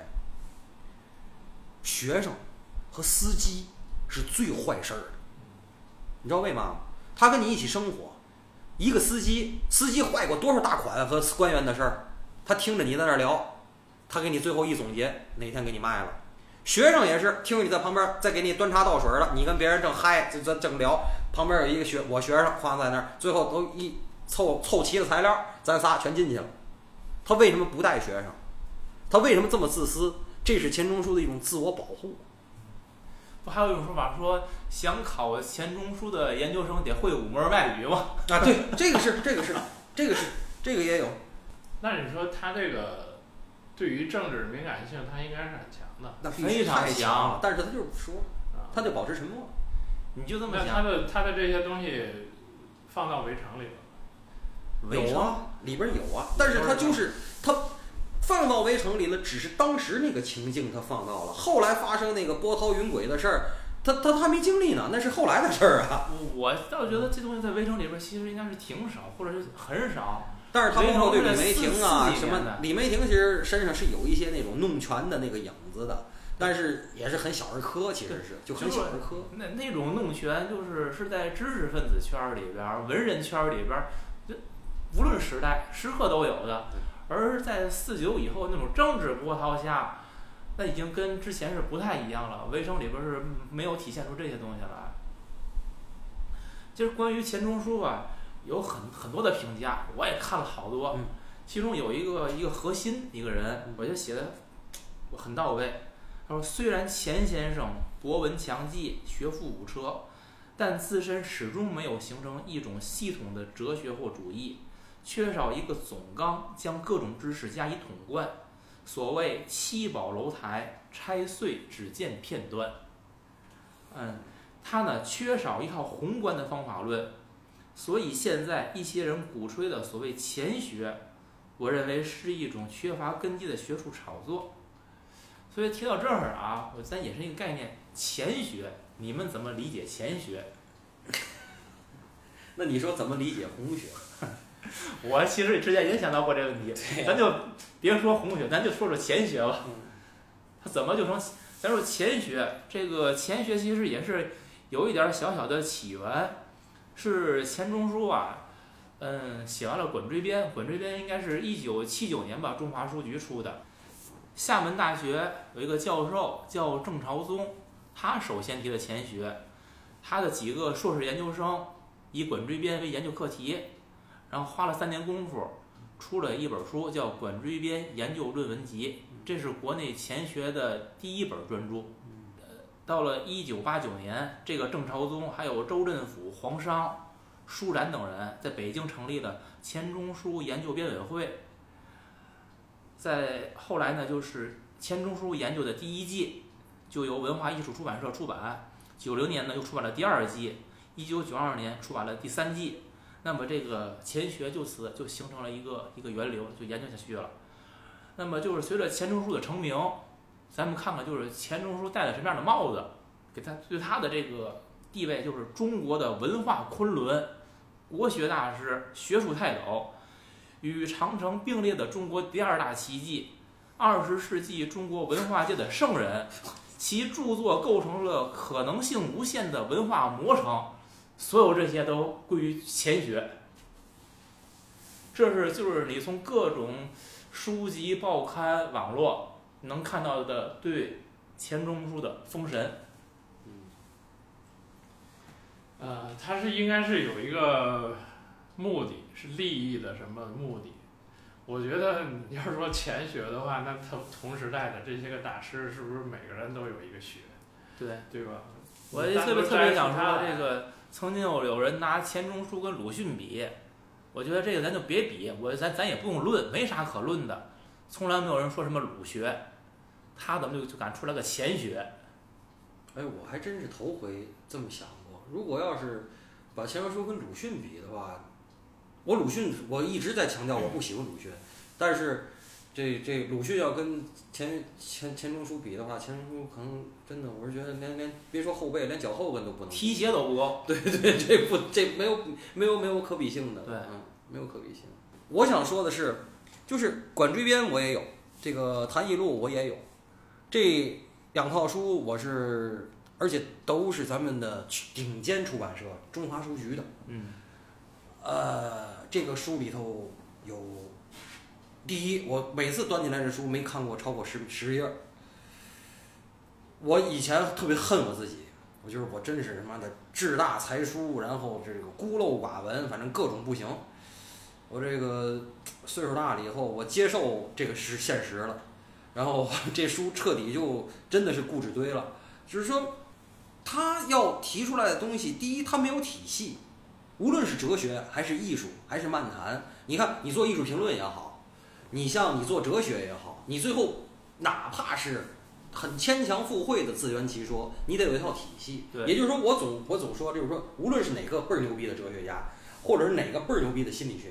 学生和司机是最坏事儿的。你知道为嘛吗？他跟你一起生活，一个司机坏过多少大款和官员的事儿，他听着你在那聊，他给你最后一总结，哪天给你卖了。学生也是听着你在旁边再给你端茶倒水了，你跟别人正嗨正聊，旁边有一个学生放在那儿，最后都一凑齐了材料，咱仨全进去了。他为什么不带学生？他为什么这么自私？这是钱钟书的一种自我保护。 不还有一种说法说，想考钱钟书的研究生得会5门外语吗？ 啊，对，这个也有。 那你说他这个对于政治敏感性，他应该是很强的。 那非常强，但是他就是不说，他就保持沉默。 你就这么想？ 那他的这些东西放到围城里了。 围城里边有啊，但是它就是它放到围城里了，只是当时那个情境它放到了，后来发生那个波涛云诡的事儿，他还没经历呢，那是后来的事儿啊。 我倒觉得这东西在围城里边其实应该是挺少，或者是很少。 但是他包括对李梅婷啊什么，李梅婷其实身上是有一些那种弄权的那个影子的，但是也是很小儿科，其实是就很小儿科。 那种弄权是在知识分子圈里边、文人圈里边，无论时代时刻都有的。而在49以后那种政治波涛下，那已经跟之前是不太一样了。围城里边是没有体现出这些东西来。就是关于钱钟书吧，有很多的评价，我也看了好多。其中有一个核心一个人，我觉得写的很到位。他说：“虽然钱先生博闻强记，学富五车，但自身始终没有形成一种系统的哲学或主义，缺少一个总纲，将各种知识加以统贯。所谓七宝楼台，拆碎只见片段。”他呢缺少一套宏观的方法论，所以现在一些人鼓吹的所谓钱学，我认为是一种缺乏根基的学术炒作。所以提到这儿啊，咱也是一个概念，钱学，你们怎么理解钱学？ 那你说怎么理解红学？ 我其实之前也想到过这个问题，咱就别说红学，咱就说说钱学吧。他怎么就成？咱说钱学，这个钱学其实也是有一点小小的起源，是钱钟书啊，写完了《滚锥编》，《滚锥编》应该是1979年吧，中华书局出的。厦门大学有一个教授叫郑朝宗，他首先提的钱学，他的几个硕士研究生以《滚锥编》为研究课题，然后花了3年功夫，出了一本书叫《滚锥编研究论文集》，这是国内钱学的第一本专著。到了1989年，这个郑朝宗还有周振甫、黄商、舒展等人在北京成立了钱钟书研究编委会。在后来呢，就是钱钟书研究的第1季，就由文化艺术出版社出版。90年呢，又出版了第2季，1992年出版了第3季。那么这个钱学就此就形成了一个源流，就研究下去了。那么就是随着钱钟书的成名，咱们看看就是钱钟书戴了什么样的帽子，给他对他的这个地位就是中国的文化昆仑、国学大师、学术泰斗，与长城并列的中国第2大奇迹，20世纪中国文化界的圣人，其著作构成了可能性无限的文化魔城。所有这些都归于钱学。这就是你从各种书籍、报刊、网络能看到的对钱钟书的封神。 他是应该是有一个目的，是利益的什么目的？我觉得你要是说钱学的话，那他同时代的这些个大师，是不是每个人都有一个学？对吧？ 我特别想说这个，曾经有人拿钱钟书跟鲁迅比，我觉得这个咱就别比，咱也不用论，没啥可论的。从来没有人说什么鲁学，他怎么就敢出来个钱学？ 哎，我还真是头回这么想过。如果要是把钱钟书跟鲁迅比的话，鲁迅我一直在强调我不喜欢鲁迅，但是这鲁迅要跟钱钟书比的话，钱钟书可能真的，我是觉得连别说后背，连脚后跟都不能， 提鞋都不够。 对，这没有可比性的。 对， 没有可比性。我想说的是，就是《管锥编》我也有，这个《谈艺录》我也有，这2套书我是，而且都是咱们的顶尖出版社中华书局的。这个书里头有，第一，我每次端起来这书没看过超过10页。我以前特别恨我自己，我就是我真是他妈的志大才疏，然后这个孤陋寡闻，反正各种不行。我这个岁数大了以后，我接受这个是现实了，然后这书彻底就真的是固执堆了。就是说，他要提出来的东西，第一，他没有体系。无论是哲学还是艺术还是漫谈，你看你做艺术评论也好，你像你做哲学也好，你最后哪怕是很牵强附会的自圆其说，你得有一套体系。也就是说，我总说，就是说，无论是哪个倍儿牛逼的哲学家，或者是哪个倍儿牛逼的心理学家，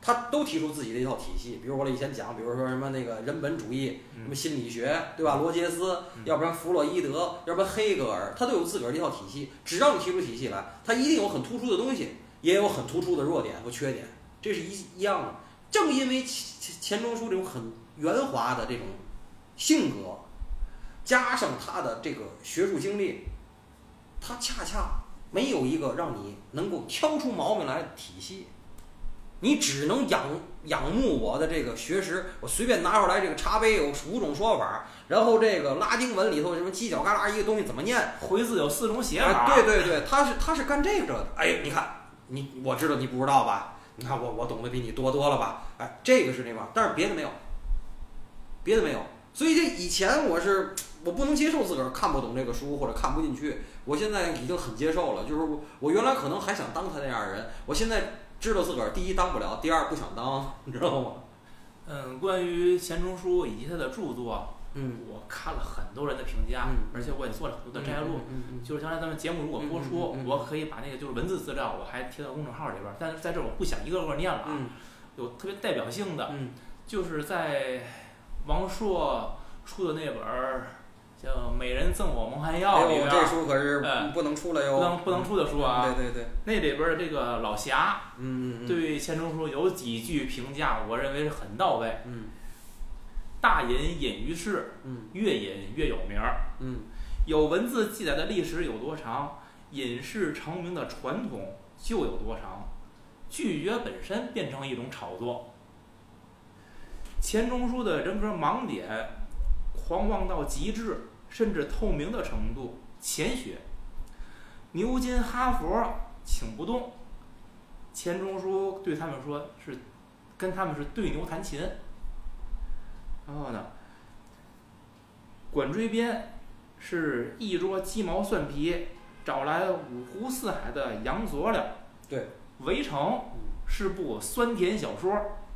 他都提出自己的一套体系。比如我以前讲，比如说什么那个人本主义，什么心理学，对吧？罗杰斯，要不然弗洛伊德，要不然黑格尔，他都有自个儿的一套体系。只要你提出体系来，他一定有很突出的东西，也有很突出的弱点和缺点，这是一样的。正因为钱钟书这种很圆滑的这种性格，加上他的这个学术经历，他恰恰没有一个让你能够挑出毛病来的体系，你只能仰慕我的这个学识，我随便拿出来这个茶杯有5种说法，然后这个拉丁文里头什么犄角旮旯一个东西怎么念， 回字有4种写法。 对对对，他是干这个的。哎，你看我知道你不知道吧？你看我懂得比你多了吧？哎，这个是那嘛，但是别的没有。所以这以前我不能接受自个儿看不懂这个书或者看不进去，我现在已经很接受了。就是我原来可能还想当他那样的人，我现在知道自个儿第一当不了，第二不想当，你知道吗？ 关于钱钟书以及他的著作，我看了很多人的评价，而且我也做了很多的摘录。就是将来咱们节目如果播出，我可以把那个就是文字资料，我还贴到公众号里边。但是在这儿我不想一个个念了啊。有特别代表性的，就是在王朔出的那本叫《美人赠我蒙汗药》里边， 这书可是不能出来哟， 不能出的书啊。 对， 那里边这个老侠，对钱钟书有几句评价，我认为是很到位。大隐隐于世，越隐越有名。有文字记载的历史有多长，隐世成名的传统就有多长。拒绝本身变成一种炒作。钱钟书的人格盲点，狂妄到极致，甚至透明的程度，浅学。牛津、哈佛请不动。钱钟书对他们说跟他们是对牛弹琴。然后呢，管锥编是一桌鸡毛蒜皮找来五湖四海的洋佐料。 对。 围城是部酸甜小说。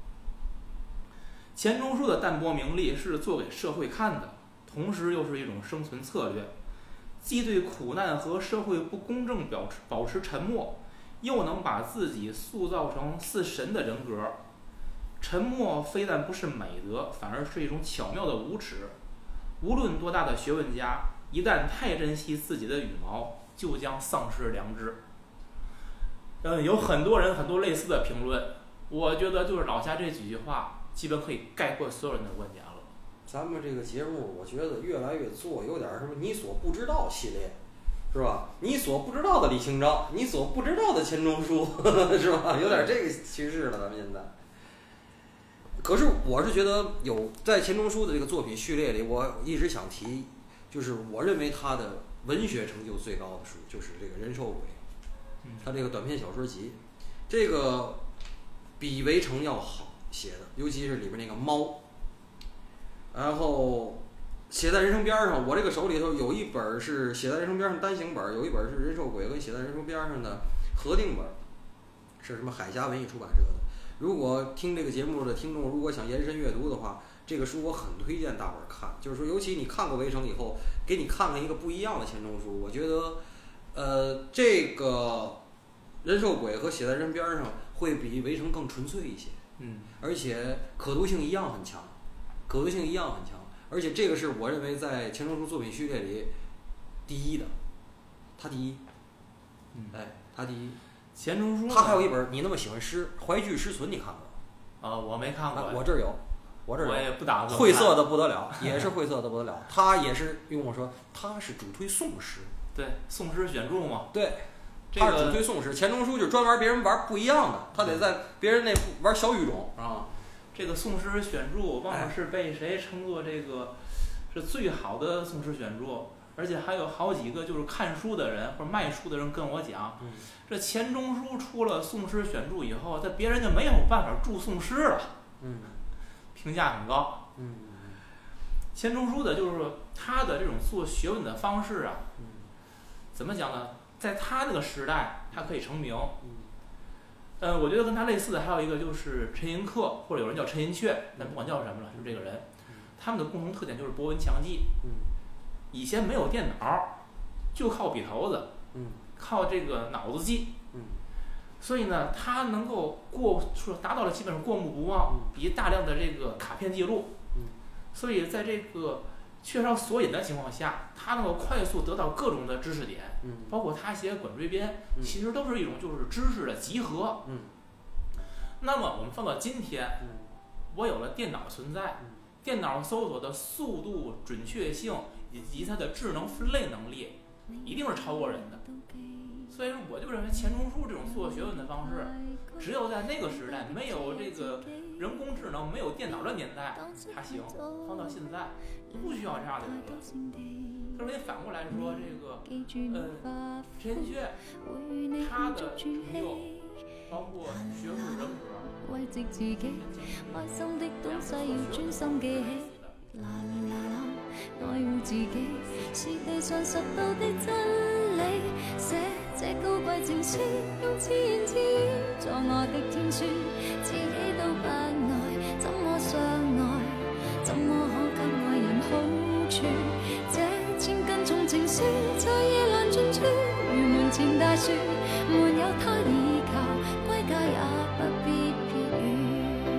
钱钟书的淡泊名利是做给社会看的，同时又是一种生存策略，既对苦难和社会不公正保持沉默，又能把自己塑造成似神的人格。沉默非但不是美德，反而是一种巧妙的无耻。无论多大的学问家，一旦太珍惜自己的羽毛，就将丧失良知。有很多人很多类似的评论，我觉得就是老夏这几句话基本可以概括所有人的观点了。 咱们这个节目我觉得越来越做有点什么你所不知道系列，是吧？你所不知道的李清照，你所不知道的钱钟书，是吧？有点这个趋势了，咱们现在。可是我是觉得在钱钟书的这个作品序列里，我一直想提，就是我认为他的文学成就最高的书就是这个《人兽鬼》。他这个短篇小说集，这个比《围城》要好写的，尤其是里面那个猫。然后写在人生边上，我这个手里头有一本是写在人生边上单行本，有一本是《人兽鬼》跟写在人生边上的合订本，是什么海峡文艺出版社的。如果听这个节目的听众如果想延伸阅读的话，这个书我很推荐大伙儿看。就是说，尤其你看过《围城》以后，给你看看一个不一样的钱钟书，我觉得。这个人兽鬼和写在人边上会比围城更纯粹一些，而且可读性一样很强，而且这个是我认为在钱钟书作品序列里第一的，他第一，他第一。 钱钟书他还有一本你那么喜欢诗《淮剧诗存》，你看过？ 我没看过。 我这儿有，我也不打算。晦涩的不得了，也是晦涩的不得了。他也是用我说，他是主推宋诗。 对，宋诗选注嘛。 对，他是主推宋诗。钱钟书就是专玩别人玩不一样的，他得在别人那玩小语种啊。 这个宋诗选注，忘了是被谁称作这个是最好的宋诗选注，而且还有好几个就是看书的人或者卖书的人跟我讲，这钱钟书出了宋诗选注以后，在别人就没有办法注宋诗了。评价很高。钱钟书的就是说他的这种做学问的方式啊。怎么讲呢？在他那个时代，他可以成名。我觉得跟他类似的还有一个就是陈寅恪，或者有人叫陈寅恪，但不管叫什么了，就是这个人。他们的共同特点就是博闻强记。以前没有电脑，就靠笔头子，靠这个脑子记。 所以呢，它能够达到了基本上过目不忘，以及大量的这个卡片记录。所以在这个缺少索引的情况下，它能够快速得到各种的知识点，包括他写滚锥编，其实都是一种就是知识的集合。那么我们放到今天，我有了电脑存在，电脑搜索的速度、准确性以及它的智能分类能力，一定是超过人的。所以说，我就认为钱钟书这种做学问的方式，只有在那个时代没有这个人工智能、没有电脑的年代，它行；放到现在，不需要这样的人了。所以反过来说，这个陈寅恪他的成就，包括学术人格， 慰藉自己，開心的東西要專心記起。啦啦啦，愛護自己是地上拾到的真理。寫這高貴情書，用自言自語作我的天書，自己都不愛，怎麼相愛？怎麼可給愛人好處？這千斤重情書在夜闌盡處，如門前大樹，沒有他倚靠，歸家也不必撇雨。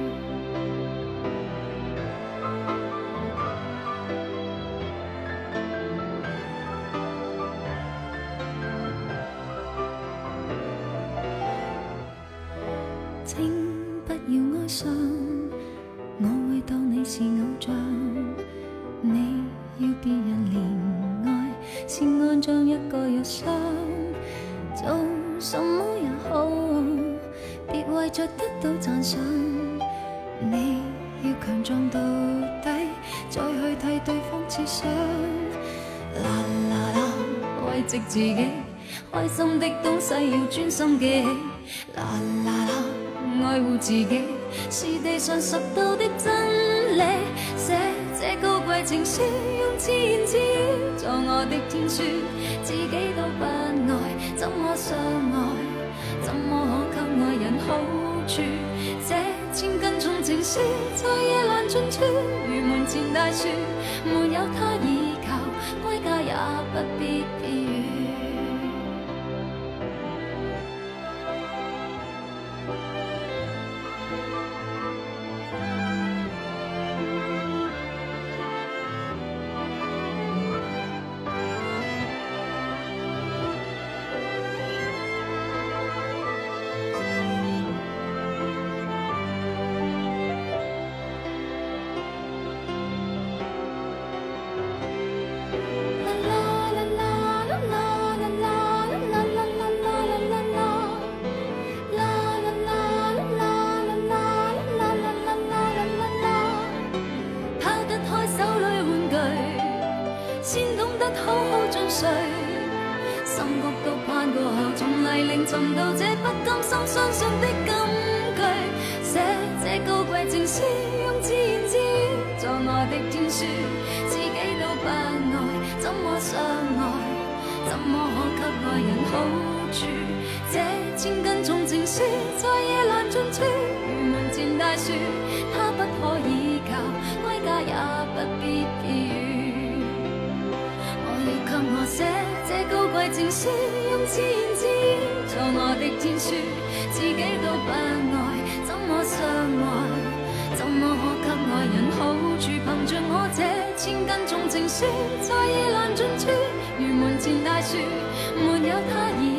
請不要哀傷，我會當你是偶像。你要別人憐愛，是愛像一個藥箱。做什麼也好，別為着得到讚賞。你要強壯到底，再去替對方設想。啦啦啦，慰藉自己，開心的東西要專心記起。啦啦啦，愛護自己是地上拾到的真理。寫這高貴情書，用自言自語作我的天書，自己都不愛，怎麼相愛？怎麼可給愛人好處？這千斤重情書在夜闌盡處，如門前大樹，沒有他倚靠，歸家也不必避雨。深谷都攀過後，從泥濘尋到這不甘心相信的金句。寫這高貴情書，用自言自語作我的天書，自己都不愛，怎麼相愛？怎麼可給愛人好處？這千斤重情書在夜闌盡處，如門前大樹，它不可倚靠，歸家也不必避雨。要給我寫這高貴情書，用自言自語作我的天書，自己都不愛，怎麼相愛？怎麼可給愛人好處？憑着我這千斤重情書，在夜闌盡處，如門前大樹，沒有他倚